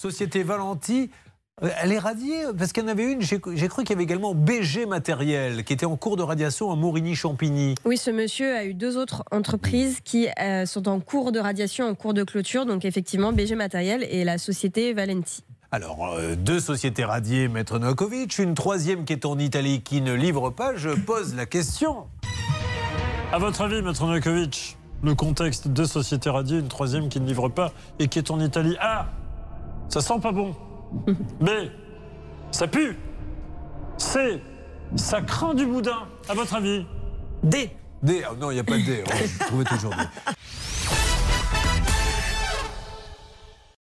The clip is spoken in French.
société Valenti, elle est radiée parce qu'il y en avait une, j'ai cru qu'il y avait également BG Matériel qui était en cours de radiation à Mourigny-Champigny. Oui, ce monsieur a eu 2 autres entreprises qui sont en cours de radiation, en cours de clôture. Donc effectivement, BG Matériel et la société Valenti. Alors, 2 sociétés radiées, Maître Novakovic, une 3e qui est en Italie qui ne livre pas. Je pose la question. À votre avis, Maître Novakovic, le contexte, 2 sociétés radiées, une 3e qui ne livre pas et qui est en Italie. A, ça sent pas bon. B, ça pue. C, ça craint du boudin. À votre avis? D. D, oh non, il n'y a pas de D. Vous trouvez toujours D.